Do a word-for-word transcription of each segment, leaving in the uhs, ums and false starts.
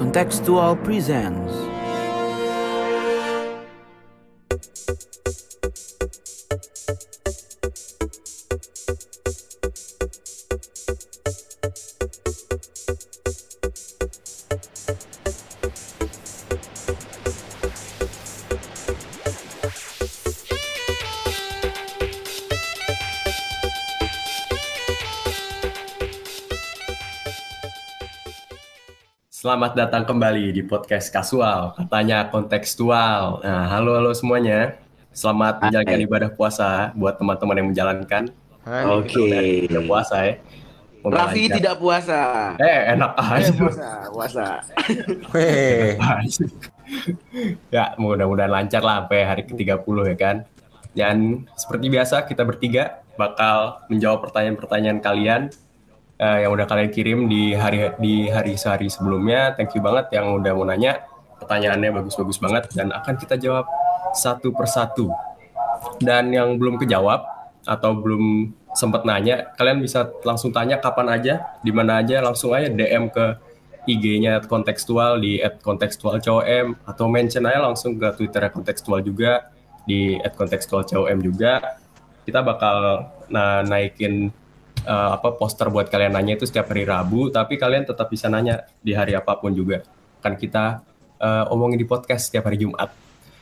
Contextual presents. Selamat datang kembali di podcast Kasual, katanya kontekstual. Nah, halo-halo semuanya. Selamat menjalankan Hai. ibadah puasa buat teman-teman yang menjalankan. Hai. Kita Oke. udah, udah puasa ya. Semoga Raffi lancar. tidak puasa. Eh, enak Eh aja. puasa, puasa. Enak Weh, aja. Ya, mudah-mudahan lancar lah sampai hari ke tiga puluh ya kan. Dan seperti biasa kita bertiga bakal menjawab pertanyaan-pertanyaan kalian eh, yang udah kalian kirim di hari di hari sehari sebelumnya. Thank you banget yang udah mau nanya. Pertanyaannya bagus-bagus banget dan akan kita jawab satu persatu. Dan yang belum kejawab atau belum sempat nanya, kalian bisa langsung tanya kapan aja, di mana aja, langsung aja D M ke I G-nya kontekstual di et kontekstualcom atau mention aja langsung ke Twitter kontekstual juga di et kontekstualcom juga. Kita bakal na- naikin uh, apa poster buat kalian nanya itu setiap hari Rabu, tapi kalian tetap bisa nanya di hari apapun juga. Kan kita uh, omongin di podcast setiap hari Jumat.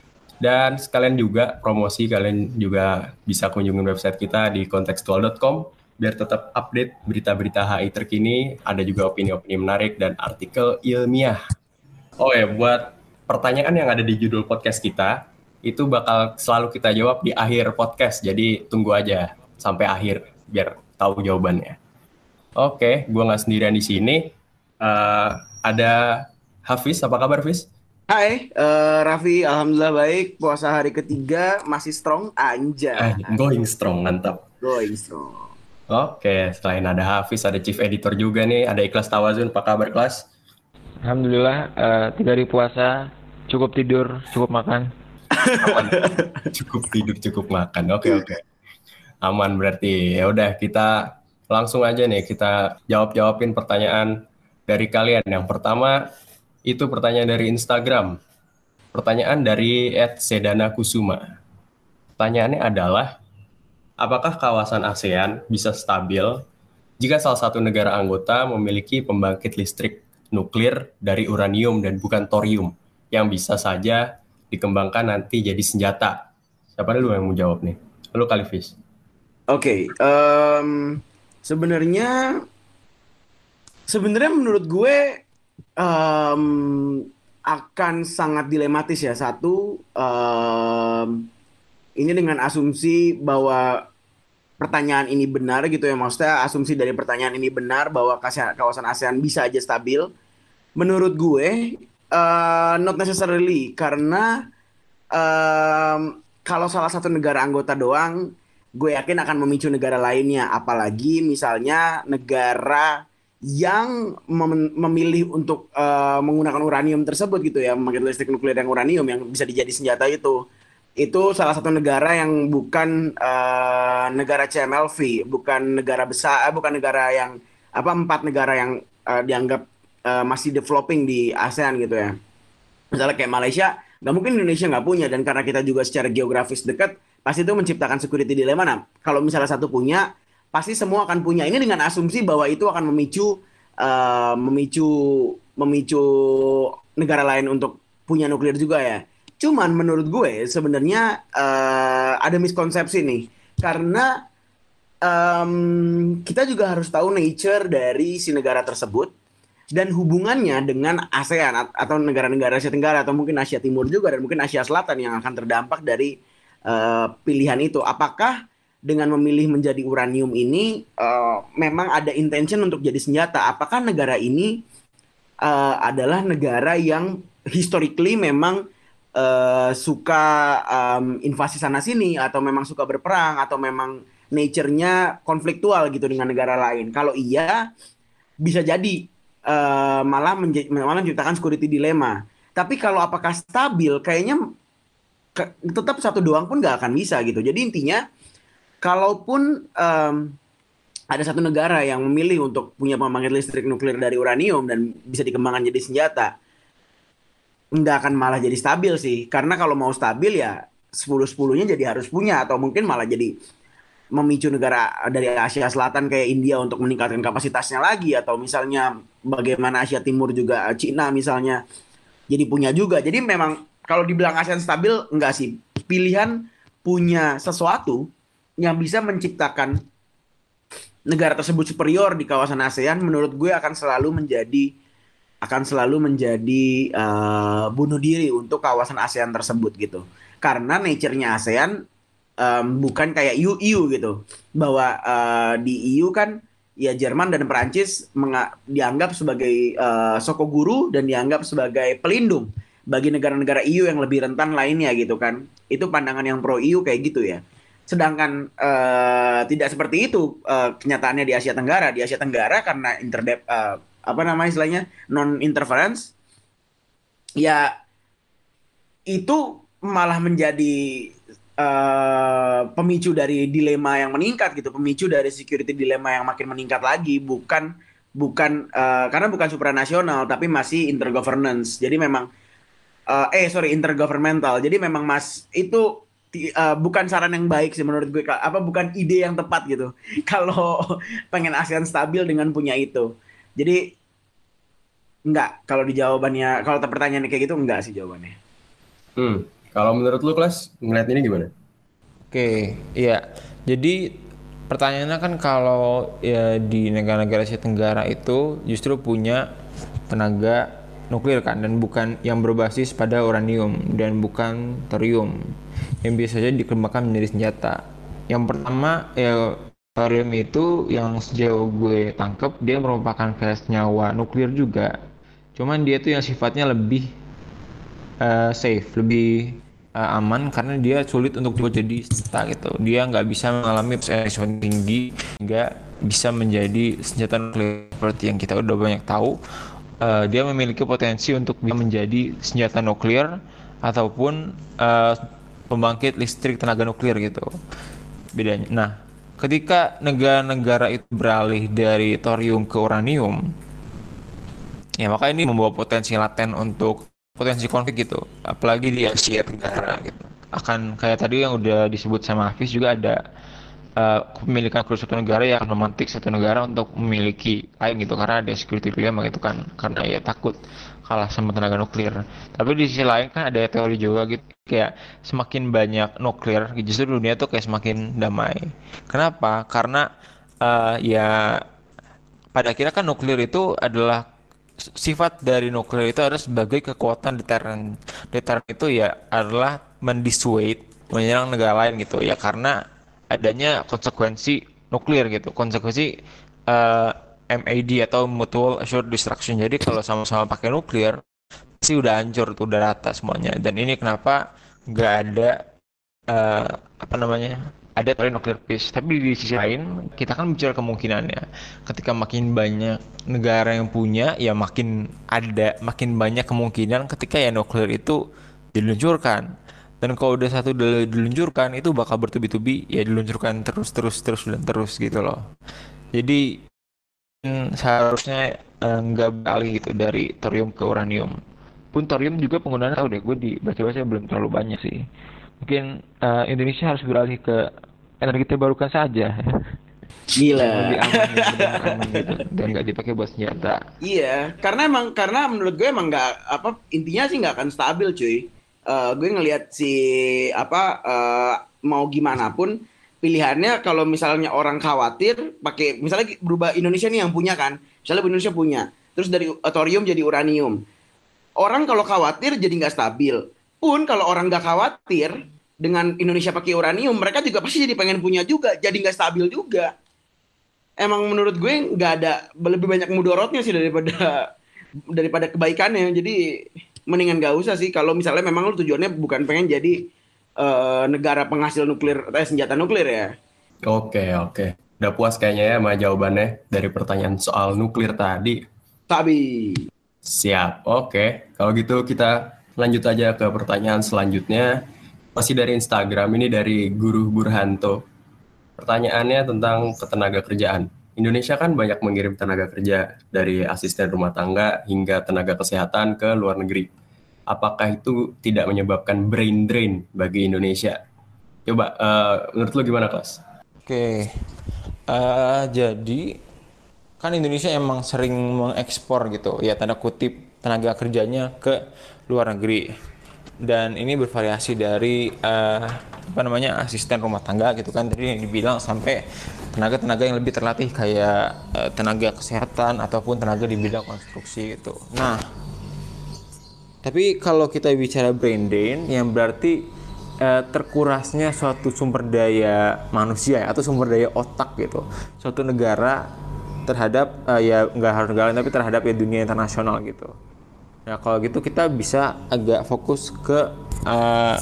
Dan sekalian juga promosi, kalian juga bisa kunjungin website kita di kontekstual dot com biar tetap update berita-berita H I terkini, ada juga opini-opini menarik dan artikel ilmiah. Oh ya, buat pertanyaan yang ada di judul podcast kita, itu bakal selalu kita jawab di akhir podcast, jadi tunggu aja sampai akhir biar tahu jawabannya. Oke, gue nggak sendirian di sini. Uh, ada Hafiz, apa kabar Hafiz? Hai, eh, Raffi, alhamdulillah baik. Puasa hari ketiga masih strong, Eh, anjay. going strong, mantap. Going strong. Oke, selain ada Hafiz, ada Chief Editor juga nih, ada Ikhlas Tawazun, apa kabar Ikhlas? alhamdulillah eh, tiga hari puasa, cukup tidur, cukup makan. Aman. Cukup tidur, cukup makan. Oke, oke. Aman berarti. Ya udah, kita langsung aja nih, kita jawab-jawabin pertanyaan dari kalian. Yang pertama, itu pertanyaan dari Instagram. Pertanyaan dari et sedana kusuma. Pertanyaannya adalah, apakah kawasan ASEAN bisa stabil jika salah satu negara anggota memiliki pembangkit listrik nuklir dari uranium dan bukan thorium yang bisa saja dikembangkan nanti jadi senjata? Siapa dulu yang mau jawab nih? Lu kali, Fis. Oke, em, sebenarnya sebenarnya menurut gue em, akan sangat dilematis ya. Satu, em, ini dengan asumsi bahwa pertanyaan ini benar gitu ya, maksudnya asumsi dari pertanyaan ini benar bahwa kasa- kawasan ASEAN bisa aja stabil. Menurut gue, eh, not necessarily karena em, kalau salah satu negara anggota doang, gue yakin akan memicu negara lainnya. Apalagi misalnya negara yang mem- memilih untuk eh, menggunakan uranium tersebut gitu ya, memakai listrik nuklir yang uranium yang bisa dijadi senjata itu. Itu salah satu negara yang bukan eh, negara C M L V, bukan negara besar, eh, bukan negara yang apa empat negara yang eh, dianggap eh, masih developing di ASEAN gitu ya. Misalnya kayak Malaysia, nggak mungkin Indonesia nggak punya, dan karena kita juga secara geografis dekat, pasti itu menciptakan security dilemma. Nah, kalau misalnya satu punya, pasti semua akan punya. Ini dengan asumsi bahwa itu akan memicu eh, memicu memicu negara lain untuk punya nuklir juga ya. Cuman menurut gue sebenarnya eh, ada miskonsepsi nih, karena em, kita juga harus tahu nature dari si negara tersebut dan hubungannya dengan ASEAN at- atau negara-negara Asia Tenggara atau mungkin Asia Timur juga dan mungkin Asia Selatan yang akan terdampak dari eh, pilihan itu. Apakah dengan memilih menjadi uranium ini eh, memang ada intention untuk jadi senjata? Apakah negara ini eh, adalah negara yang historically memang eh, suka em, invasi sana sini atau memang suka berperang atau memang nature-nya konfliktual gitu dengan negara lain? Kalau iya, bisa jadi eh, malah menja- malah menciptakan security dilema. Tapi kalau apakah stabil, kayaknya ke- tetap satu doang pun nggak akan bisa gitu. Jadi intinya, kalaupun em, ada satu negara yang memilih untuk punya pembangkit listrik nuklir dari uranium dan bisa dikembangkan jadi senjata, nggak akan malah jadi stabil sih. Karena kalau mau stabil ya sepuluh sepuluhnya jadi harus punya, atau mungkin malah jadi memicu negara dari Asia Selatan kayak India untuk meningkatkan kapasitasnya lagi, atau misalnya bagaimana Asia Timur juga, Cina misalnya jadi punya juga. Jadi memang kalau dibilang ASEAN stabil, enggak sih. Pilihan punya sesuatu yang bisa menciptakan negara tersebut superior di kawasan ASEAN, menurut gue akan selalu menjadi akan selalu menjadi eh, bunuh diri untuk kawasan ASEAN tersebut gitu. Karena nature-nya ASEAN em, bukan kayak E U, E U gitu. Bahwa eh, di E U kan ya Jerman dan Perancis menga- dianggap sebagai eh, sokoguru dan dianggap sebagai pelindung bagi negara-negara E U yang lebih rentan lainnya gitu kan. Itu pandangan yang pro E U kayak gitu ya. Sedangkan eh, tidak seperti itu eh, kenyataannya di Asia Tenggara. Di Asia Tenggara karena interdep eh, apa namanya istilahnya non interference, ya itu malah menjadi eh, pemicu dari dilema yang meningkat gitu, pemicu dari security dilema yang makin meningkat lagi, bukan bukan eh, karena bukan supranasional tapi masih intergovernance. Jadi memang eh, eh sorry intergovernmental. Jadi memang mas itu ti- eh, bukan saran yang baik sih menurut gue, Kak. Apa bukan ide yang tepat gitu. Kalau pengen ASEAN stabil dengan punya itu. Jadi enggak, kalau di jawabannya, kalau pertanyaannya kayak gitu enggak sih jawabannya. Hmm. Kalau menurut lu kelas ngeliat ini gimana? Oke, iya. Jadi pertanyaannya kan kalau ya di negara-negara Asia Tenggara itu justru punya tenaga nuklir kan, dan bukan yang berbasis pada uranium dan bukan thorium yang biasanya dikembangkan menjadi senjata. Yang pertama ya thorium itu yang sejauh gue tangkep dia merupakan kayak senyawa nuklir juga. Cuman dia tuh yang sifatnya lebih eh, safe, lebih eh, aman karena dia sulit untuk dibuat jadi senjata gitu. Dia nggak bisa mengalami resiko tinggi, nggak bisa menjadi senjata nuklir seperti yang kita udah banyak tahu. Eh, dia memiliki potensi untuk bisa menjadi senjata nuklir ataupun eh, pembangkit listrik tenaga nuklir gitu. Bedanya. Nah, ketika negara-negara itu beralih dari thorium ke uranium, ya maka ini membawa potensi laten untuk potensi konflik gitu, apalagi di Asia Tenggara gitu. Akan kayak tadi yang udah disebut sama Hafiz juga ada eh, kepemilikan ke suatu negara yang akan memantik satu negara untuk memiliki lain gitu karena ada security dilemma gitu kan, karena ya takut kalah sama tenaga nuklir. Tapi di sisi lain kan ada teori juga gitu kayak semakin banyak nuklir justru dunia tuh kayak semakin damai. Kenapa? Karena eh, ya pada akhirnya kan nuklir itu adalah sifat dari nuklir itu adalah sebagai kekuatan deterrent. Deterrent itu ya adalah mendissuade, menyerang negara lain gitu ya karena adanya konsekuensi nuklir gitu. Konsekuensi eh, M A D atau Mutual Assured Destruction. Jadi kalau sama-sama pakai nuklir pasti udah hancur tuh, udah rata semuanya. Dan ini kenapa nggak ada eh, apa namanya, ada teori nuklir peace. Tapi di sisi lain kita kan bicara kemungkinannya ketika makin banyak negara yang punya ya makin ada makin banyak kemungkinan ketika ya nuklir itu diluncurkan. Dan kalau udah satu dil- diluncurkan itu bakal bertubi-tubi ya diluncurkan terus terus terus dan terus gitu loh. Jadi mm, seharusnya eh, nggak beralih gitu dari thorium ke uranium. Pun thorium juga penggunaannya tahu deh, gue di baca-baca belum terlalu banyak sih. Mungkin eh, Indonesia harus beralih ke energi terbarukan saja yang lebih Gila. aman, yang benar aman gitu dan nggak dipakai buat senjata. Iya, karena emang karena menurut gue emang nggak apa intinya sih nggak akan stabil cuy. Eh, gue ngelihat si apa eh, mau gimana pun pilihannya, kalau misalnya orang khawatir pakai misalnya berubah Indonesia nih yang punya kan, misalnya Indonesia punya, terus dari thorium jadi uranium. Orang kalau khawatir jadi nggak stabil. Pun kalau orang nggak khawatir dengan Indonesia pakai uranium, mereka juga pasti jadi pengen punya juga, jadi nggak stabil juga. Emang menurut gue nggak ada, lebih banyak mudorotnya sih daripada daripada kebaikannya. Jadi mendingan nggak usah sih kalau misalnya memang lu tujuannya bukan pengen jadi eh, negara penghasil nuklir eh, senjata nuklir ya. Oke, oke. Udah puas kayaknya ya sama jawabannya dari pertanyaan soal nuklir tadi. Tapi Siap, oke. Kalau gitu kita lanjut aja ke pertanyaan selanjutnya. Masih dari Instagram, ini dari Guru Burhanto. Pertanyaannya tentang ketenaga kerjaan. Indonesia kan banyak mengirim tenaga kerja dari asisten rumah tangga hingga tenaga kesehatan ke luar negeri. apakah itu tidak menyebabkan brain drain bagi Indonesia? Coba, uh, menurut lo gimana, Kelas? Oke, uh, jadi kan Indonesia emang sering mengekspor gitu, ya tanda kutip tenaga kerjanya ke luar negeri. Dan ini bervariasi dari uh, apa namanya asisten rumah tangga gitu kan, tadi yang dibilang sampai tenaga-tenaga yang lebih terlatih kayak uh, tenaga kesehatan ataupun tenaga di bidang konstruksi gitu. Nah, tapi kalau kita bicara brain drain, yang berarti uh, terkurasnya suatu sumber daya manusia atau sumber daya otak gitu, suatu negara terhadap uh, ya nggak harus negara tapi terhadap ya dunia internasional gitu. Nah kalau gitu kita bisa agak fokus ke uh,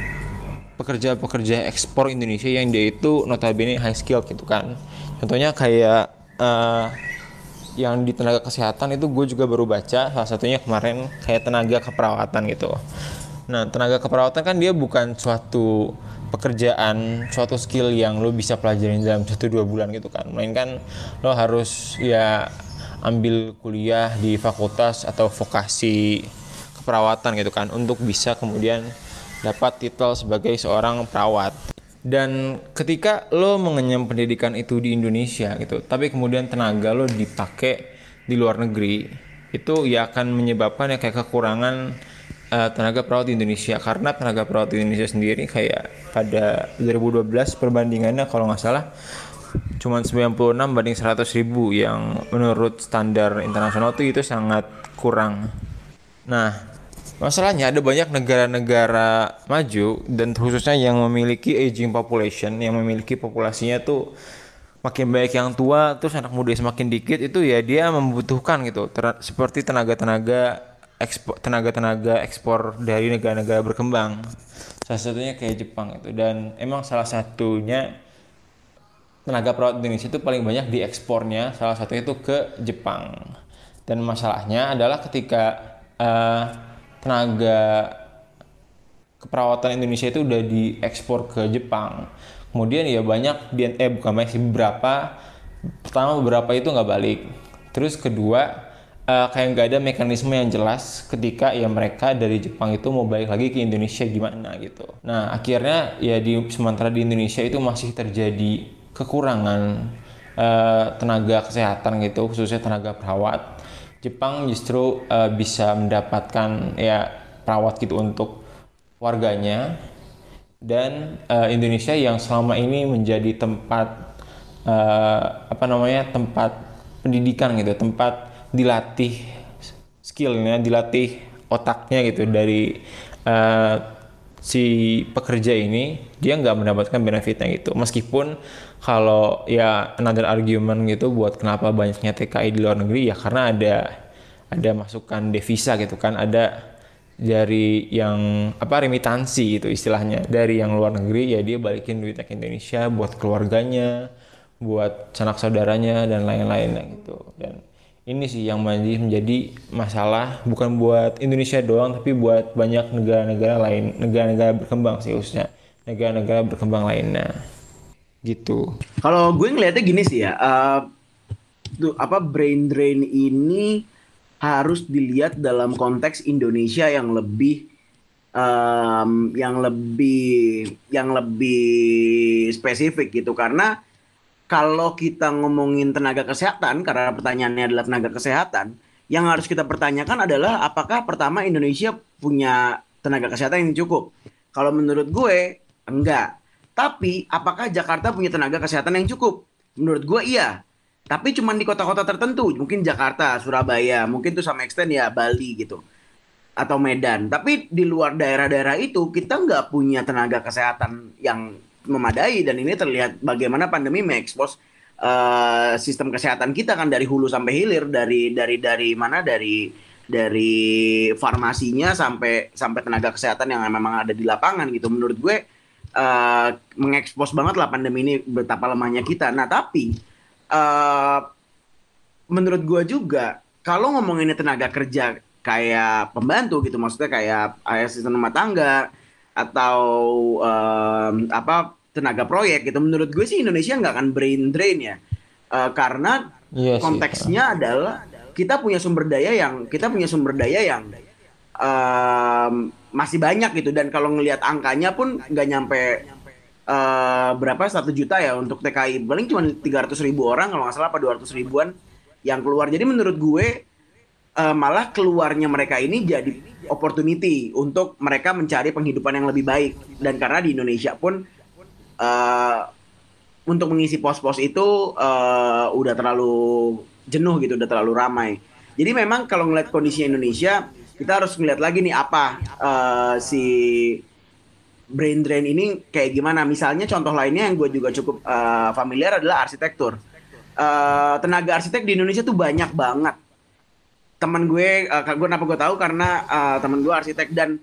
pekerja-pekerja ekspor Indonesia yang dia itu notabene high skill gitu kan. Contohnya kayak uh, yang di tenaga kesehatan itu gue juga baru baca, salah satunya kemarin kayak tenaga keperawatan gitu. Nah tenaga keperawatan kan dia bukan suatu pekerjaan, suatu skill yang lo bisa pelajarin dalam satu dua bulan gitu kan. Melainkan lo harus ya ambil kuliah di fakultas atau vokasi keperawatan gitu kan untuk bisa kemudian dapat titel sebagai seorang perawat. Dan ketika lo mengenyam pendidikan itu di Indonesia gitu, tapi kemudian tenaga lo dipakai di luar negeri, itu ya akan menyebabkan ya kayak kekurangan uh, tenaga perawat di Indonesia. Karena tenaga perawat di Indonesia sendiri kayak pada dua ribu dua belas perbandingannya kalau nggak salah cuman sembilan puluh enam banding seratus ribu, yang menurut standar internasional tuh itu sangat kurang. Nah, masalahnya ada banyak negara-negara maju dan khususnya yang memiliki aging population, yang memiliki populasinya tuh makin banyak yang tua, terus anak muda semakin dikit, itu ya dia membutuhkan gitu, ter- seperti tenaga-tenaga ekspor, tenaga-tenaga ekspor dari negara-negara berkembang. Salah satunya kayak Jepang itu, dan emang salah satunya tenaga perawat Indonesia itu paling banyak diekspornya, salah satunya itu ke Jepang. Dan masalahnya adalah ketika uh, tenaga keperawatan Indonesia itu udah diekspor ke Jepang, kemudian ya banyak eh bukan banyak sih beberapa, pertama beberapa itu nggak balik, terus kedua uh, kayak nggak ada mekanisme yang jelas ketika ya mereka dari Jepang itu mau balik lagi ke Indonesia gimana gitu. Nah akhirnya ya di sementara di Indonesia itu masih terjadi kekurangan uh, tenaga kesehatan gitu, khususnya tenaga perawat. Jepang justru uh, bisa mendapatkan ya perawat gitu untuk warganya, dan uh, Indonesia yang selama ini menjadi tempat uh, apa namanya tempat pendidikan gitu, tempat dilatih skillnya, dilatih otaknya gitu dari uh, si pekerja ini, dia nggak mendapatkan benefitnya gitu. Meskipun kalau ya another argument gitu buat kenapa banyaknya T K I di luar negeri, ya karena ada ada masukan devisa gitu kan, ada dari yang apa remitansi gitu istilahnya, dari yang luar negeri ya dia balikin duitnya ke Indonesia buat keluarganya, buat sanak saudaranya dan lain-lainnya gitu. Dan ini sih yang menjadi masalah bukan buat Indonesia doang, tapi buat banyak negara-negara lain, negara-negara berkembang sih khususnya, negara-negara berkembang lainnya gitu. Kalau gue ngeliatnya gini sih ya, uh, tuh, apa brain drain ini harus dilihat dalam konteks Indonesia yang lebih um, yang lebih yang lebih spesifik gitu. Karena kalau kita ngomongin tenaga kesehatan, karena pertanyaannya adalah tenaga kesehatan, yang harus kita pertanyakan adalah apakah pertama Indonesia punya tenaga kesehatan yang cukup? Kalau menurut gue enggak. Tapi apakah Jakarta punya tenaga kesehatan yang cukup? Menurut gue iya. Tapi cuma di kota-kota tertentu, mungkin Jakarta, Surabaya, mungkin tuh sama extend ya Bali gitu, atau Medan. Tapi di luar daerah-daerah itu kita nggak punya tenaga kesehatan yang memadai, dan ini terlihat bagaimana pandemi mengekspos uh, sistem kesehatan kita kan dari hulu sampai hilir, dari dari dari mana dari dari farmasinya sampai sampai tenaga kesehatan yang memang ada di lapangan gitu. Menurut gue uh, mengekspos banget lah pandemi ini betapa lemahnya kita. Nah tapi Uh, menurut gue juga kalau ngomonginnya tenaga kerja kayak pembantu gitu, maksudnya kayak asisten rumah tangga atau um, apa tenaga proyek gitu, menurut gue sih Indonesia nggak akan brain drain ya, uh, karena Iya sih, konteksnya adalah kita punya sumber daya yang kita punya sumber daya yang um, masih banyak gitu, dan kalau ngelihat angkanya pun nggak nyampe uh, berapa satu juta ya untuk T K I, paling cuma tiga ratus ribu orang kalau nggak salah, apa dua ratus ribuan yang keluar. Jadi menurut gue uh, malah keluarnya mereka ini jadi opportunity untuk mereka mencari penghidupan yang lebih baik. Dan karena di Indonesia pun uh, untuk mengisi pos-pos itu uh, udah terlalu jenuh gitu, udah terlalu ramai. Jadi memang kalau ngeliat kondisi Indonesia, kita harus ngeliat lagi nih apa uh, si brain drain ini kayak gimana. Misalnya contoh lainnya yang gue juga cukup uh, familiar adalah arsitektur. Uh, tenaga arsitek di Indonesia tuh banyak banget. Teman gue, uh, gue kenapa gue tahu karena uh, teman gue arsitek, dan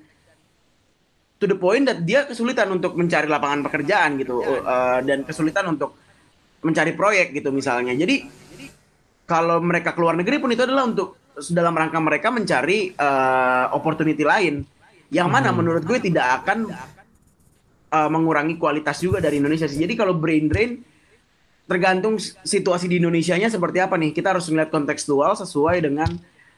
to the point that dia kesulitan untuk mencari lapangan pekerjaan gitu, uh, dan kesulitan untuk mencari proyek gitu misalnya. Jadi kalau mereka keluar negeri pun itu adalah untuk dalam rangka mereka mencari uh, opportunity lain, yang mana menurut gue tidak akan uh, mengurangi kualitas juga dari Indonesia sih. Jadi kalau brain drain tergantung situasi di Indonesianya seperti apa nih. Kita harus melihat kontekstual sesuai dengan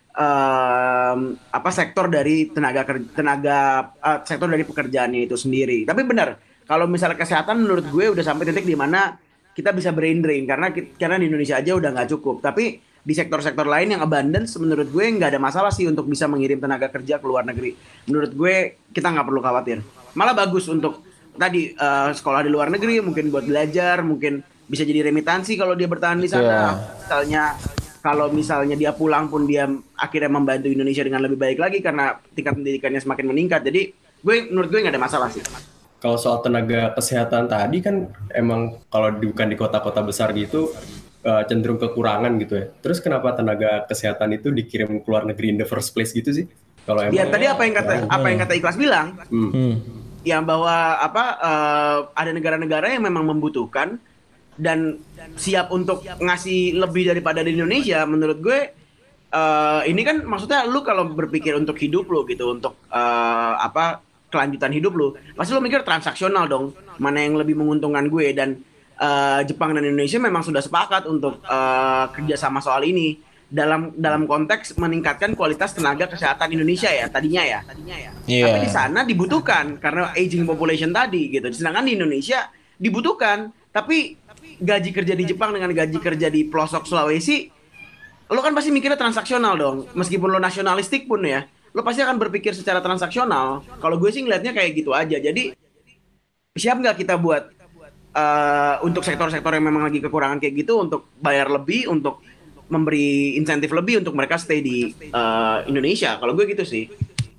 um, apa sektor dari tenaga tenaga uh, sektor dari pekerjaannya itu sendiri. Tapi benar, kalau misalnya kesehatan menurut gue udah sampai titik di mana kita bisa brain drain karena karena di Indonesia aja udah nggak cukup. Tapi di sektor-sektor lain yang abundance, menurut gue nggak ada masalah sih untuk bisa mengirim tenaga kerja ke luar negeri. Menurut gue kita nggak perlu khawatir. Malah bagus untuk tadi uh, sekolah di luar negeri, mungkin buat belajar, mungkin bisa jadi remitansi kalau dia bertahan di sana. Yeah. Misalnya kalau misalnya dia pulang pun dia akhirnya membantu Indonesia dengan lebih baik lagi karena tingkat pendidikannya semakin meningkat. Jadi gue menurut gue nggak ada masalah sih. Kalau soal tenaga kesehatan tadi kan emang kalau di, bukan di kota-kota besar gitu uh, cenderung kekurangan gitu ya. Terus kenapa tenaga kesehatan itu dikirim ke luar negeri in the first place gitu sih? Kalau emang ya tadi apa yang kata apa yang kata Ikhlas bilang, hmm. Hmm. ya bahwa apa uh, ada negara-negara yang memang membutuhkan dan siap untuk ngasih lebih daripada di Indonesia. Menurut gue uh, ini kan maksudnya lu kalau berpikir untuk hidup lu gitu, untuk uh, apa kelanjutan hidup lu, pasti lu mikir transaksional dong, mana yang lebih menguntungkan gue. Dan uh, Jepang dan Indonesia memang sudah sepakat untuk uh, kerjasama soal ini dalam dalam konteks meningkatkan kualitas tenaga kesehatan Indonesia ya tadinya ya. Tadinya ya. Yeah. Tapi di sana dibutuhkan karena aging population tadi gitu. Sedangkan di Indonesia dibutuhkan, tapi gaji kerja di Jepang dengan gaji kerja di pelosok Sulawesi, lo kan pasti mikirnya transaksional dong. Meskipun lo nasionalistik pun ya, lo pasti akan berpikir secara transaksional. Kalau gue sih ngelihatnya kayak gitu aja. Jadi siap nggak kita buat uh, untuk sektor-sektor yang memang lagi kekurangan kayak gitu, untuk bayar lebih, untuk memberi insentif lebih untuk mereka stay di uh, Indonesia. Kalau gue gitu sih.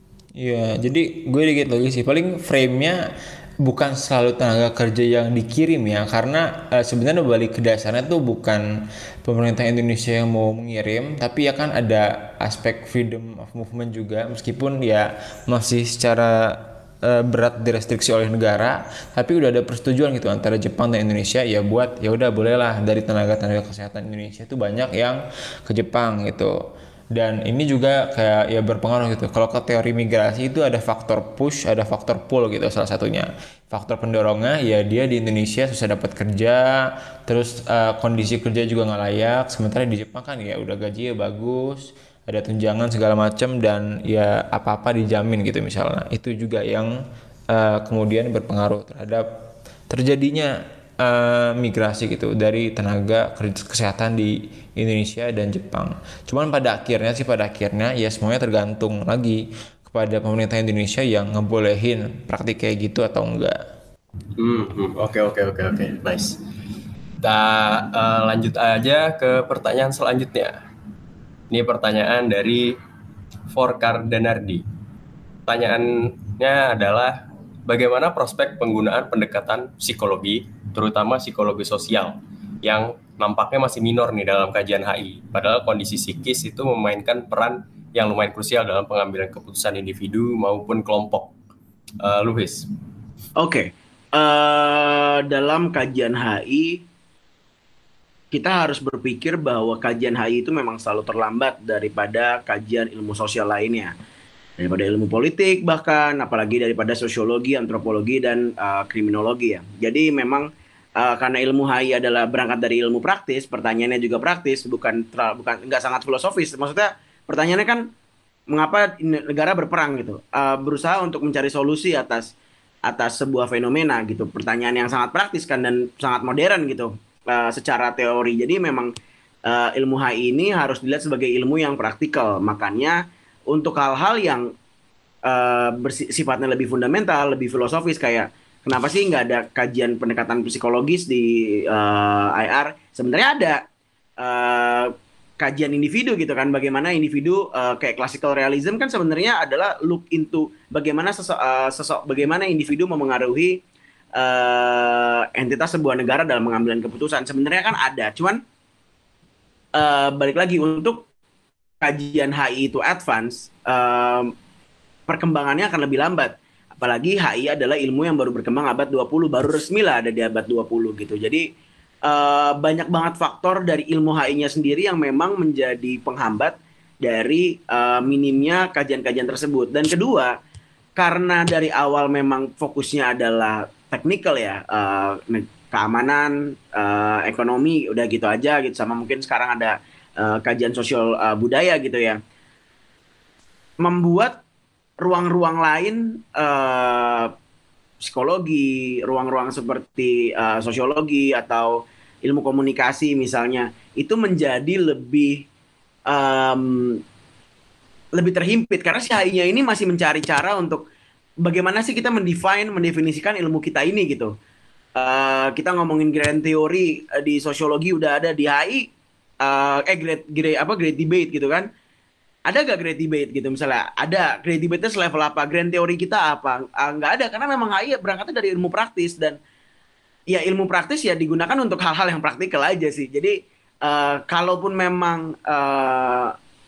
Iya, jadi gue dikit lagi sih. Paling frame-nya bukan selalu tenaga kerja yang dikirim ya, karena uh, sebenarnya balik ke dasarnya tuh bukan pemerintah Indonesia yang mau mengirim, tapi ya kan ada aspek freedom of movement juga, meskipun ya masih secara uh, berat direstriksi oleh negara, tapi udah ada persetujuan gitu antara Jepang dan Indonesia ya buat ya udah bolehlah dari tenaga-tenaga kesehatan Indonesia itu banyak yang ke Jepang gitu. Dan ini juga kayak ya berpengaruh gitu. Kalau ke teori migrasi itu ada faktor push, ada faktor pull gitu salah satunya. Faktor pendorongnya ya dia di Indonesia susah dapat kerja, terus uh, kondisi kerja juga nggak layak. Sementara di Jepang kan ya udah gajinya bagus, ada tunjangan segala macam dan ya apa-apa dijamin gitu misalnya. Itu juga yang uh, kemudian berpengaruh terhadap terjadinya uh, migrasi gitu dari tenaga kesehatan di Indonesia dan Jepang. Cuman pada akhirnya sih pada akhirnya ya semuanya tergantung lagi kepada pemerintah Indonesia yang ngebolehin praktik kayak gitu atau enggak. Hmm, oke oke oke oke, nice. Kita uh, lanjut aja ke pertanyaan selanjutnya. Ini pertanyaan dari Forkar Danardi. Pertanyaannya adalah bagaimana prospek penggunaan pendekatan psikologi, terutama psikologi sosial, yang nampaknya masih minor nih dalam kajian H I. Padahal kondisi psikis itu memainkan peran yang lumayan krusial dalam pengambilan keputusan individu maupun kelompok. Uh, Luis. Oke, okay. uh, dalam kajian H I, kita harus berpikir bahwa kajian H I itu memang selalu terlambat daripada kajian ilmu sosial lainnya. Daripada ilmu politik bahkan, apalagi daripada sosiologi, antropologi, dan uh, kriminologi ya. Jadi memang Uh, karena ilmu H I adalah berangkat dari ilmu praktis, pertanyaannya juga praktis, bukan bukan nggak sangat filosofis. Maksudnya pertanyaannya kan mengapa negara berperang gitu, uh, berusaha untuk mencari solusi atas atas sebuah fenomena gitu. Pertanyaan yang sangat praktis kan dan sangat modern gitu uh, secara teori. Jadi memang uh, ilmu H I ini harus dilihat sebagai ilmu yang praktikal. Makanya untuk hal-hal yang uh, bersifatnya lebih fundamental, lebih filosofis kayak kenapa sih nggak ada kajian pendekatan psikologis di uh, I R? Sebenarnya ada. Uh, kajian individu gitu kan, bagaimana individu uh, kayak classical realism kan sebenarnya adalah look into bagaimana sosok uh, sosok bagaimana individu memengaruhi uh, entitas sebuah negara dalam mengambil keputusan. Sebenarnya kan ada, cuman uh, balik lagi untuk kajian H I itu advance, uh, perkembangannya akan lebih lambat. Apalagi H I adalah ilmu yang baru berkembang abad dua puluh, baru resmi lah ada di abad dua puluh gitu. Jadi Uh, banyak banget faktor dari ilmu H I-nya sendiri yang memang menjadi penghambat dari uh, minimnya kajian-kajian tersebut. Dan kedua, karena dari awal memang fokusnya adalah technical ya, uh, keamanan, uh, ekonomi, udah gitu aja gitu. Sama mungkin sekarang ada uh, kajian sosial uh, budaya gitu ya. Membuat ruang-ruang lain, uh, psikologi, ruang-ruang seperti uh, sosiologi atau ilmu komunikasi misalnya, itu menjadi lebih um, lebih terhimpit karena si H I-nya ini masih mencari cara untuk bagaimana sih kita mendefine, mendefinisikan ilmu kita ini gitu. Uh, kita ngomongin grand theory uh, di sosiologi udah ada, di H I uh, eh great, great apa great debate gitu kan. Ada gak great debate gitu misalnya? Ada. Great debate-nya selevel apa? Grand theory kita apa? Uh, nggak ada karena memang H I berangkatnya dari ilmu praktis dan ya ilmu praktis ya digunakan untuk hal-hal yang praktikal aja sih. Jadi uh, kalaupun memang uh,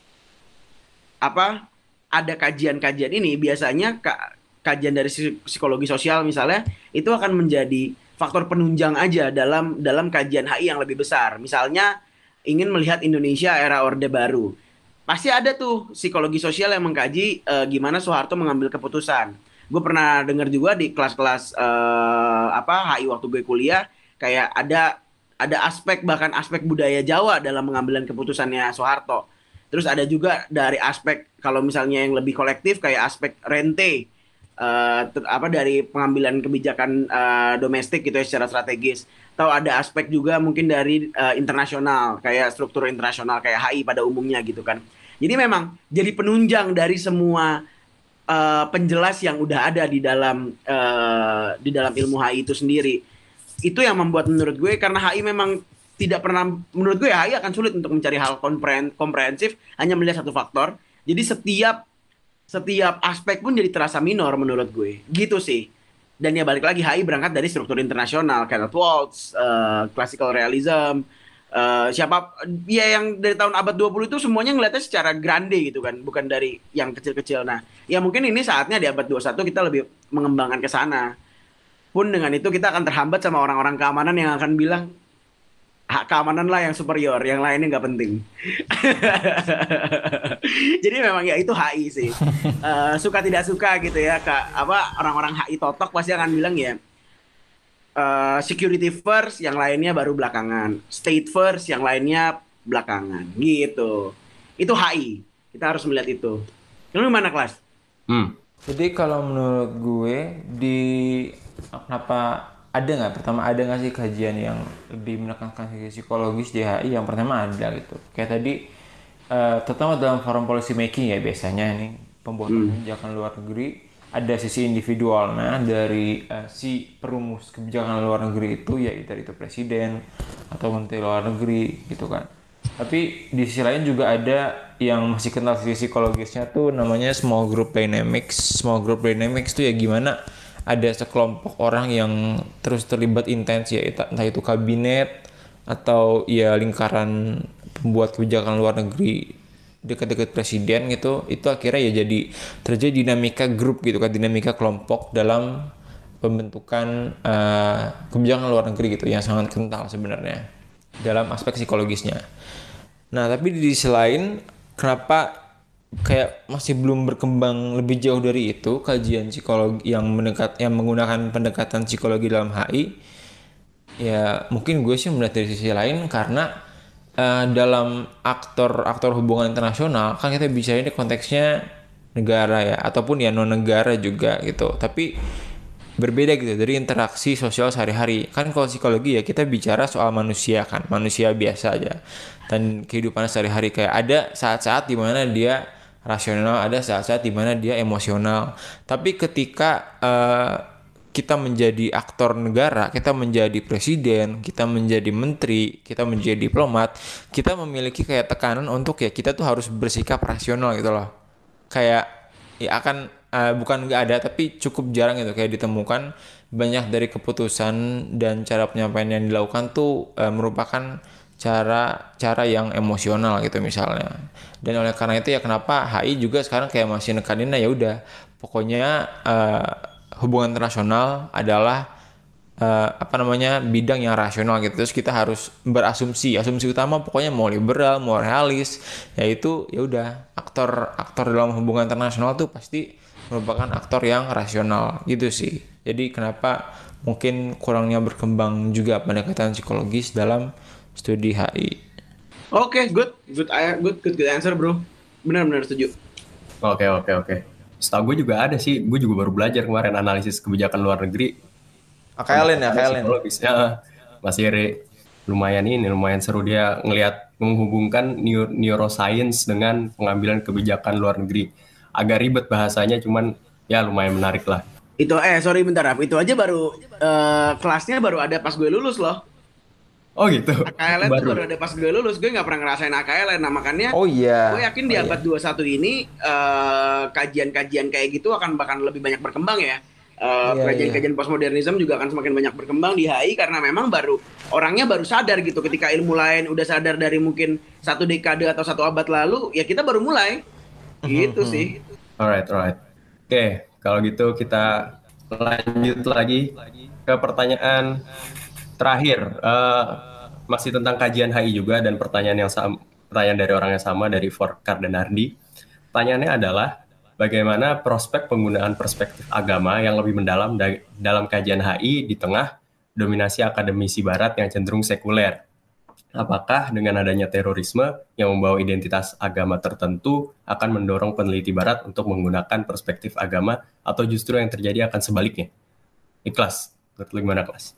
apa ada kajian-kajian ini, biasanya ka, kajian dari psikologi sosial misalnya itu akan menjadi faktor penunjang aja dalam dalam kajian H I yang lebih besar. Misalnya ingin melihat Indonesia era Orde Baru, pasti ada tuh psikologi sosial yang mengkaji uh, gimana Soeharto mengambil keputusan. Gue pernah dengar juga di kelas-kelas uh, apa H I waktu gue kuliah kayak ada ada aspek bahkan aspek budaya Jawa dalam pengambilan keputusannya Soeharto. Terus ada juga dari aspek kalau misalnya yang lebih kolektif kayak aspek rente uh, ter, apa dari pengambilan kebijakan uh, domestik gitu ya secara strategis. Atau ada aspek juga mungkin dari uh, internasional kayak struktur internasional kayak H I pada umumnya gitu kan. Jadi memang jadi penunjang dari semua Uh, penjelas yang udah ada di dalam uh, di dalam ilmu H I itu sendiri. Itu yang membuat menurut gue karena H I memang tidak pernah, menurut gue H I akan sulit untuk mencari hal komprehensif hanya melihat satu faktor. Jadi setiap setiap aspek pun jadi terasa minor menurut gue. Gitu sih. Dan ya balik lagi H I berangkat dari struktur internasional, Kenneth Waltz, uh, classical realism, Uh, siapa ya yang dari tahun abad dua puluh itu semuanya ngeliatnya secara grande gitu kan, bukan dari yang kecil-kecil. Nah, ya mungkin ini saatnya di abad dua puluh satu kita lebih mengembangkan ke sana. Pun dengan itu kita akan terhambat sama orang-orang keamanan yang akan bilang hak keamanan lah yang superior, yang lainnya nggak penting. Jadi memang ya itu H I sih. Uh, suka tidak suka gitu ya, Kak. Apa orang-orang H I totok pasti akan bilang ya Uh, security first, yang lainnya baru belakangan. State first, yang lainnya belakangan. Gitu. Itu H I. Kita harus melihat itu. Lu gimana, Kelas? Hmm. Jadi kalau menurut gue di kenapa ada nggak? Pertama ada nggak sih kajian yang lebih menekankan sisi psikologis di H I? Yang pertama ada gitu. Kayak tadi, uh, terutama dalam forum policy making ya biasanya ini pembuatan hmm. kebijakan luar negeri. Ada sisi individualnya dari uh, si perumus kebijakan luar negeri itu, yaitu itu presiden atau menteri luar negeri gitu kan. Tapi di sisi lain juga ada yang masih kenal sisi psikologisnya tuh namanya small group dynamics. Small group dynamics itu ya gimana ada sekelompok orang yang terus terlibat intens ya, entah itu kabinet atau ya lingkaran pembuat kebijakan luar negeri dekat-dekat presiden gitu, itu akhirnya ya jadi terjadi dinamika grup gitu kan, dinamika kelompok dalam pembentukan uh, kebijakan luar negeri gitu yang sangat kental sebenarnya dalam aspek psikologisnya. Nah tapi di sisi lain kenapa kayak masih belum berkembang lebih jauh dari itu kajian psikologi yang mendekat yang menggunakan pendekatan psikologi dalam H I? Ya mungkin gue sih melihat dari sisi lain karena eh, dalam aktor-aktor hubungan internasional kan kita bicara ini konteksnya negara ya, ataupun ya non negara juga gitu. Tapi berbeda gitu dari interaksi sosial sehari-hari. Kan kalau psikologi ya kita bicara soal manusia kan, manusia biasa aja. Dan kehidupan sehari-hari kayak ada saat-saat di mana dia rasional, ada saat-saat di mana dia emosional. Tapi ketika uh, kita menjadi aktor negara, kita menjadi presiden, kita menjadi menteri, kita menjadi diplomat, kita memiliki kayak tekanan untuk ya kita tuh harus bersikap rasional gitu loh. Kayak ya akan uh, bukan nggak ada tapi cukup jarang gitu kayak ditemukan banyak dari keputusan dan cara penyampaian yang dilakukan tuh uh, merupakan cara cara yang emosional gitu misalnya. Dan oleh karena itu ya kenapa H I juga sekarang kayak masih nekaninnya ya udah pokoknya uh, hubungan internasional adalah uh, apa namanya bidang yang rasional gitu. Terus kita harus berasumsi, asumsi utama pokoknya mau liberal, mau realis, yaitu ya udah aktor aktor dalam hubungan internasional tuh pasti merupakan aktor yang rasional gitu sih. Jadi kenapa mungkin kurangnya berkembang juga pendekatan psikologis dalam studi H I. Oke, good, good, good, good, good answer bro. Benar-benar setuju. Oke oke oke. Setahu gue juga ada sih, gue juga baru belajar kemarin analisis kebijakan luar negeri. A K L N ya, A K L N. Psikologisnya Mas Yere lumayan ini, lumayan seru dia ngelihat menghubungkan neuro, neuroscience dengan pengambilan kebijakan luar negeri. Agak ribet bahasanya, cuman ya lumayan menarik lah. Itu eh sorry bentar, Raf. Itu aja baru uh, kelasnya baru ada pas gue lulus loh. Oh gitu. A K L N tuh baru ada pas gue lulus, gue nggak pernah ngerasain A K L N, nah makanya oh, iya. gue yakin di oh, abad iya. dua puluh satu ini uh, kajian-kajian kayak gitu akan bahkan lebih banyak berkembang ya. Uh, Iya, kajian-kajian postmodernism juga akan semakin banyak berkembang di H I karena memang baru orangnya baru sadar gitu ketika ilmu lain udah sadar dari mungkin satu dekade atau satu abad lalu, ya kita baru mulai gitu Mhm. sih. Alright, alright. Oke, kalau gitu kita lanjut lagi ke pertanyaan terakhir. Eh, masih tentang kajian H I juga dan pertanyaan yang sama, pertanyaan dari orang yang sama dari Forkar dan Ardi. Pertanyaannya adalah bagaimana prospek penggunaan perspektif agama yang lebih mendalam da- dalam kajian H I di tengah dominasi akademisi Barat yang cenderung sekuler? Apakah dengan adanya terorisme yang membawa identitas agama tertentu akan mendorong peneliti Barat untuk menggunakan perspektif agama atau justru yang terjadi akan sebaliknya? Ikhlas, menurut lu gimana kelas?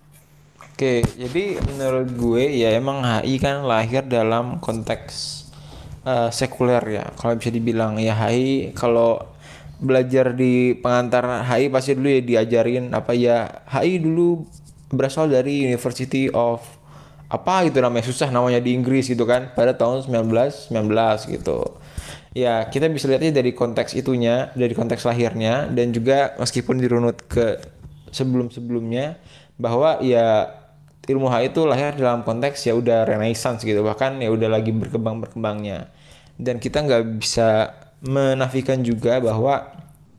Oke, jadi menurut gue ya emang H I kan lahir dalam konteks uh, sekuler ya. Kalau bisa dibilang ya H I kalau belajar di pengantar H I pasti dulu ya diajarin apa ya H I dulu berasal dari University of apa gitu namanya susah namanya di Inggris gitu kan pada tahun sembilan belas sembilan belas gitu. Ya, kita bisa lihatnya dari konteks itunya, dari konteks lahirnya dan juga meskipun dirunut ke sebelum-sebelumnya bahwa ya ilmu H I itu lahir dalam konteks ya udah renaissance gitu, bahkan ya udah lagi berkembang-berkembangnya. Dan kita nggak bisa menafikan juga bahwa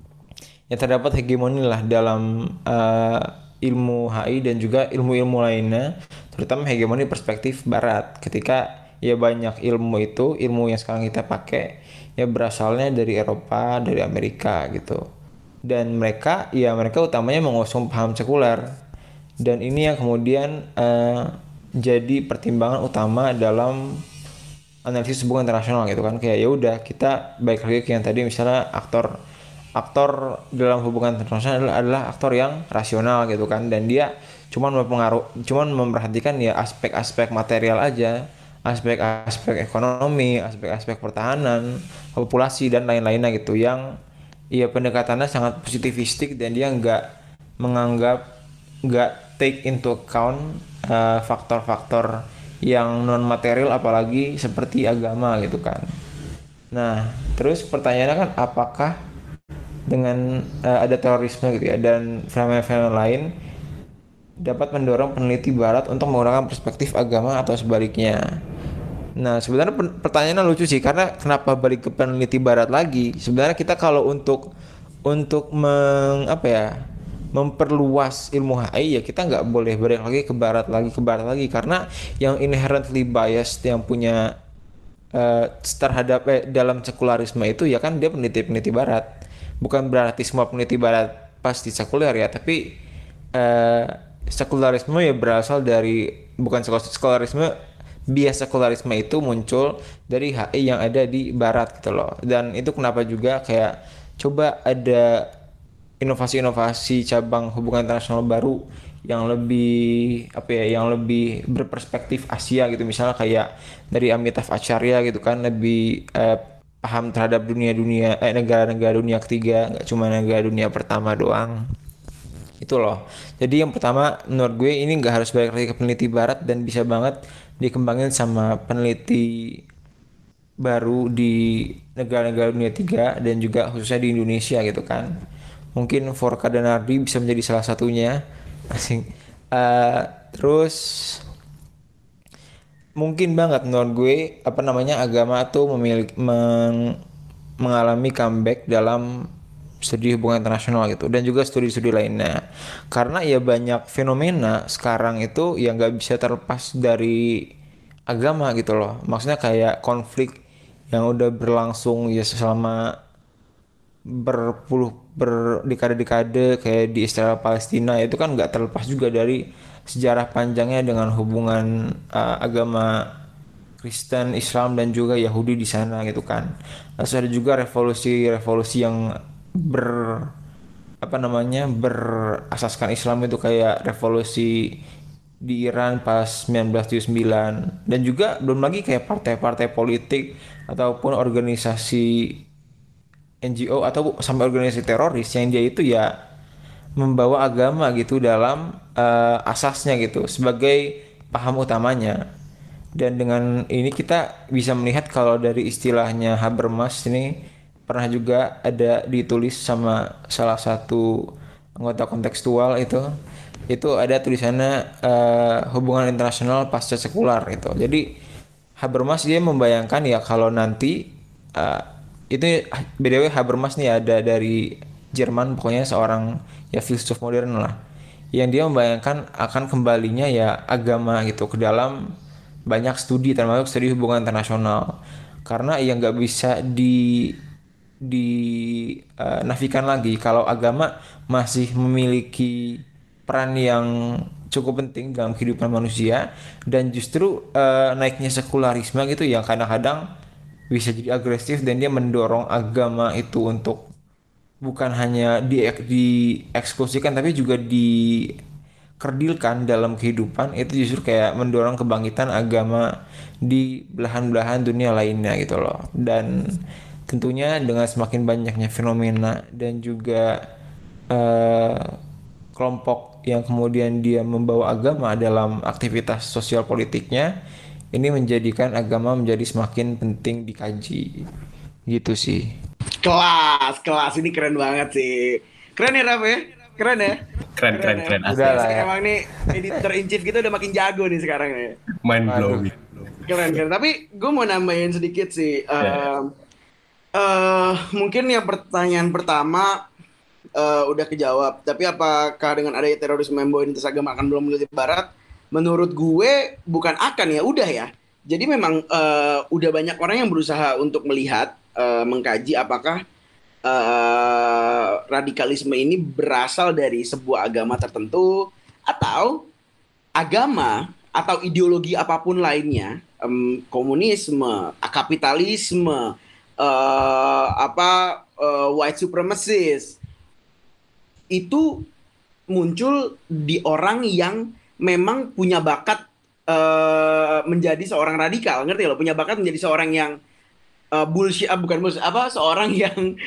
ya terdapat hegemoni lah dalam uh, ilmu H I dan juga ilmu-ilmu lainnya, terutama hegemoni perspektif Barat. Ketika ya banyak ilmu itu, ilmu yang sekarang kita pakai ya berasalnya dari Eropa, dari Amerika gitu. Dan mereka ya mereka utamanya mengusung paham sekuler. Dan ini yang kemudian uh, jadi pertimbangan utama dalam analisis hubungan internasional gitu kan. Kayak ya udah kita baik lagi ke yang tadi misalnya aktor aktor dalam hubungan internasional adalah, adalah aktor yang rasional gitu kan, dan dia cuman mempengaruh cuman memperhatikan ya aspek-aspek material aja, aspek-aspek ekonomi, aspek-aspek pertahanan, populasi dan lain-lainnya gitu yang ya pendekatannya sangat positivistik dan dia nggak menganggap nggak take into account uh, faktor-faktor yang non material apalagi seperti agama gitu kan. Nah, terus pertanyaannya kan apakah dengan uh, ada terorisme gitu ya dan fenomena-fenomena lain dapat mendorong peneliti Barat untuk menggunakan perspektif agama atau sebaliknya. Nah, sebenarnya pertanyaannya lucu sih karena kenapa balik ke peneliti Barat lagi? Sebenarnya kita kalau untuk untuk meng, apa ya memperluas ilmu H I ya kita nggak boleh balik lagi ke Barat lagi ke Barat lagi karena yang inherently biased yang punya uh, terhadap eh, dalam sekularisme itu ya kan dia peneliti-peneliti Barat. Bukan berarti semua peneliti Barat pasti sekuler ya, tapi uh, sekularisme ya berasal dari bukan sekularisme bias sekularisme itu muncul dari H I yang ada di barat gitu loh. Dan itu kenapa juga kayak coba ada inovasi-inovasi cabang hubungan internasional baru yang lebih apa ya, yang lebih berperspektif Asia gitu, misalnya kayak dari Amitav Acharya gitu kan, lebih eh, paham terhadap dunia-dunia eh, negara-negara dunia ketiga, nggak cuma negara dunia pertama doang. Itu loh. Jadi yang pertama menurut gue ini nggak harus balik lagi ke peneliti barat dan bisa banget dikembangin sama peneliti baru di negara-negara dunia tiga dan juga khususnya di Indonesia gitu kan. Mungkin Forka dan Ardi bisa menjadi salah satunya. Asing. Eh, terus mungkin banget menurut gue apa namanya agama tuh memiliki meng- mengalami comeback dalam studi hubungan internasional gitu dan juga studi-studi lainnya, karena ya banyak fenomena sekarang itu yang nggak bisa terlepas dari agama gitu loh. Maksudnya kayak konflik yang udah berlangsung ya selama berpuluh berdekade-dekade kayak di Israel Palestina, itu kan nggak terlepas juga dari sejarah panjangnya dengan hubungan uh, agama Kristen, Islam dan juga Yahudi di sana gitu kan. Terus ada juga revolusi-revolusi yang ber apa namanya berasaskan Islam itu kayak revolusi di Iran pas sembilan belas tujuh puluh sembilan, dan juga belum lagi kayak partai-partai politik ataupun organisasi N G O atau sampai organisasi teroris yang dia itu ya membawa agama gitu dalam uh, asasnya gitu sebagai paham utamanya. Dan dengan ini kita bisa melihat kalau dari istilahnya Habermas ini pernah juga ada ditulis sama salah satu anggota kontekstual itu itu ada tulisannya uh, hubungan internasional pasca sekular itu. Jadi Habermas dia membayangkan ya kalau nanti uh, itu B D W Habermas nih ada dari Jerman, pokoknya seorang ya filsuf modern lah, yang dia membayangkan akan kembalinya ya agama gitu ke dalam banyak studi termasuk studi hubungan internasional, karena ya nggak bisa di di uh, nafikan lagi kalau agama masih memiliki peran yang cukup penting dalam kehidupan manusia, dan justru uh, naiknya sekularisme gitu yang kadang-kadang bisa jadi agresif dan dia mendorong agama itu untuk bukan hanya di dieksklusikan tapi juga dikerdilkan dalam kehidupan. Itu justru kayak mendorong kebangkitan agama di belahan-belahan dunia lainnya gitu loh. Dan tentunya dengan semakin banyaknya fenomena dan juga uh, kelompok yang kemudian dia membawa agama dalam aktivitas sosial politiknya, ini menjadikan agama menjadi semakin penting dikaji gitu sih. Kelas, kelas ini keren banget sih. Keren ya Raf ya? Keren ya? Keren, keren, ya? keren. Asli. Udah lah ya. Emang nih editor in chief kita udah makin jago nih sekarang nih. Mind blowing. Keren, keren. Tapi gue mau nambahin sedikit sih. Uh, Yeah. uh, mungkin yang pertanyaan pertama uh, udah kejawab. Tapi apakah dengan adanya terorisme yang bawa identitas agama akan belum meneliti barat? Menurut gue bukan akan ya, udah ya. Jadi memang uh, udah banyak orang yang berusaha untuk melihat, uh, mengkaji apakah uh, radikalisme ini berasal dari sebuah agama tertentu atau agama atau ideologi apapun lainnya, um, komunisme, kapitalisme, uh, apa uh, white supremacist, itu muncul di orang yang memang punya bakat uh, menjadi seorang radikal, ngerti loh, punya bakat menjadi seorang yang uh, bullshit, uh, bukan bullshit, apa, seorang yang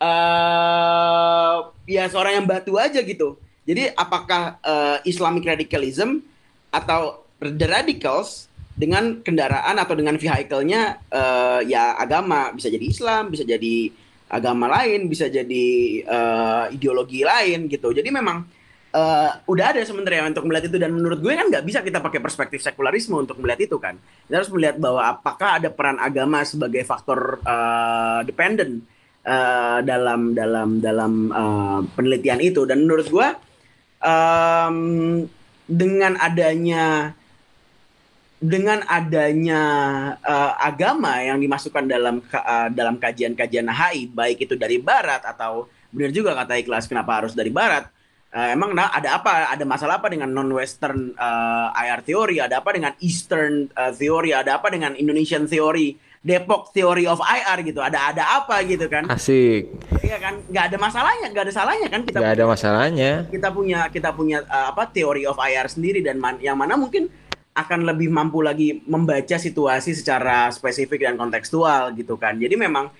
uh, ya seorang yang batu aja gitu. Jadi apakah uh, Islamic radicalism atau the radicals dengan kendaraan atau dengan vehicle-nya uh, ya agama, bisa jadi Islam, bisa jadi agama lain, bisa jadi uh, ideologi lain gitu. Jadi memang uh, udah ada sebenarnya untuk melihat itu, dan menurut gue kan nggak bisa kita pakai perspektif sekularisme untuk melihat itu kan. Kita harus melihat bahwa apakah ada peran agama sebagai faktor uh, dependent uh, dalam dalam dalam uh, penelitian itu. Dan menurut gue um, dengan adanya dengan adanya uh, agama yang dimasukkan dalam uh, dalam kajian-kajian H I, baik itu dari barat atau benar juga kata Ikhlas kenapa harus dari barat, Eh, emang nah, ada apa? Ada masalah apa dengan non-Western eh, I R theory? Ada apa dengan Eastern eh, theory? Ada apa dengan Indonesian theory? Depok theory of I R gitu. Ada ada apa gitu kan? Asik. Iya kan? Nggak ada masalahnya, nggak ada salahnya kan kita Gak ada masalahnya. kita punya kita punya eh, apa theory of I R sendiri dan man- yang mana mungkin akan lebih mampu lagi membaca situasi secara spesifik dan kontekstual gitu kan. Jadi memang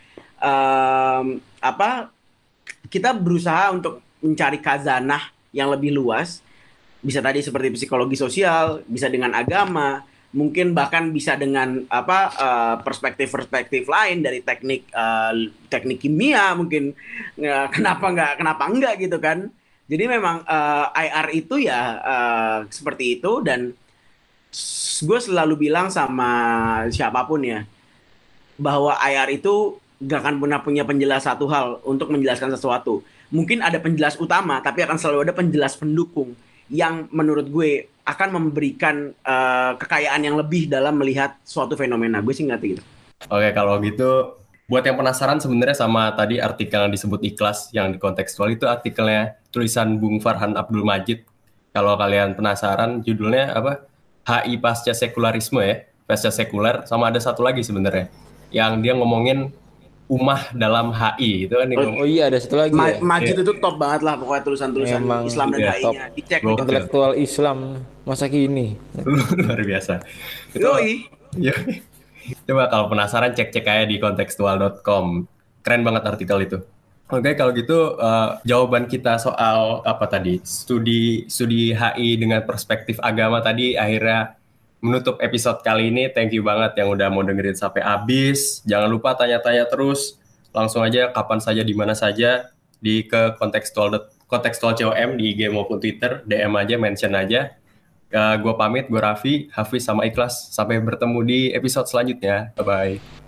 em, apa kita berusaha untuk mencari khazanah yang lebih luas. Bisa tadi seperti psikologi sosial, bisa dengan agama, mungkin bahkan bisa dengan apa eh, perspektif-perspektif lain dari teknik eh, teknik kimia mungkin. Eh, kenapa nggak kenapa enggak gitu kan. Jadi memang eh, I R itu ya eh, seperti itu dan gue selalu bilang sama siapapun ya bahwa I R itu gak akan pernah punya penjelas satu hal untuk menjelaskan sesuatu. Mungkin ada penjelas utama, tapi akan selalu ada penjelas pendukung yang menurut gue akan memberikan eh, kekayaan yang lebih dalam melihat suatu fenomena. Gue sih ngerti gitu. Oke, kalau gitu buat yang penasaran sebenarnya sama tadi artikel yang disebut ikhlas yang dikontekstual itu artikelnya tulisan Bung Farhan Abdul Majid. Kalau kalian penasaran judulnya apa? H I pasca sekularisme ya, pasca sekuler sama ada satu lagi sebenarnya yang dia ngomongin umah dalam H I itu kan dia ngomong- Oh iya, ada satu lagi Ma- ya. Majid itu top banget lah pokoknya tulisan-tulisan Emang Islam dan iya, H I-nya. Dicek. Gokil. Intelektual Islam masa kini. luar biasa. Itu Yoi. ya. Coba kalau penasaran cek-cek aja di kontekstual dot com. Keren banget artikel itu. Oke, kalau gitu eh, jawaban kita soal apa tadi? Studi studi H I dengan perspektif agama tadi akhirnya menutup episode kali ini. Thank you banget yang udah mau dengerin sampai habis. Jangan lupa tanya-tanya terus. Langsung aja kapan saja di mana saja di ke kontekstual kontekstual C O M di I G maupun Twitter, D M aja, mention aja. Uh, gue pamit, gue Raffi, Hafiz sama Ikhlas. Sampai bertemu di episode selanjutnya. Bye-bye.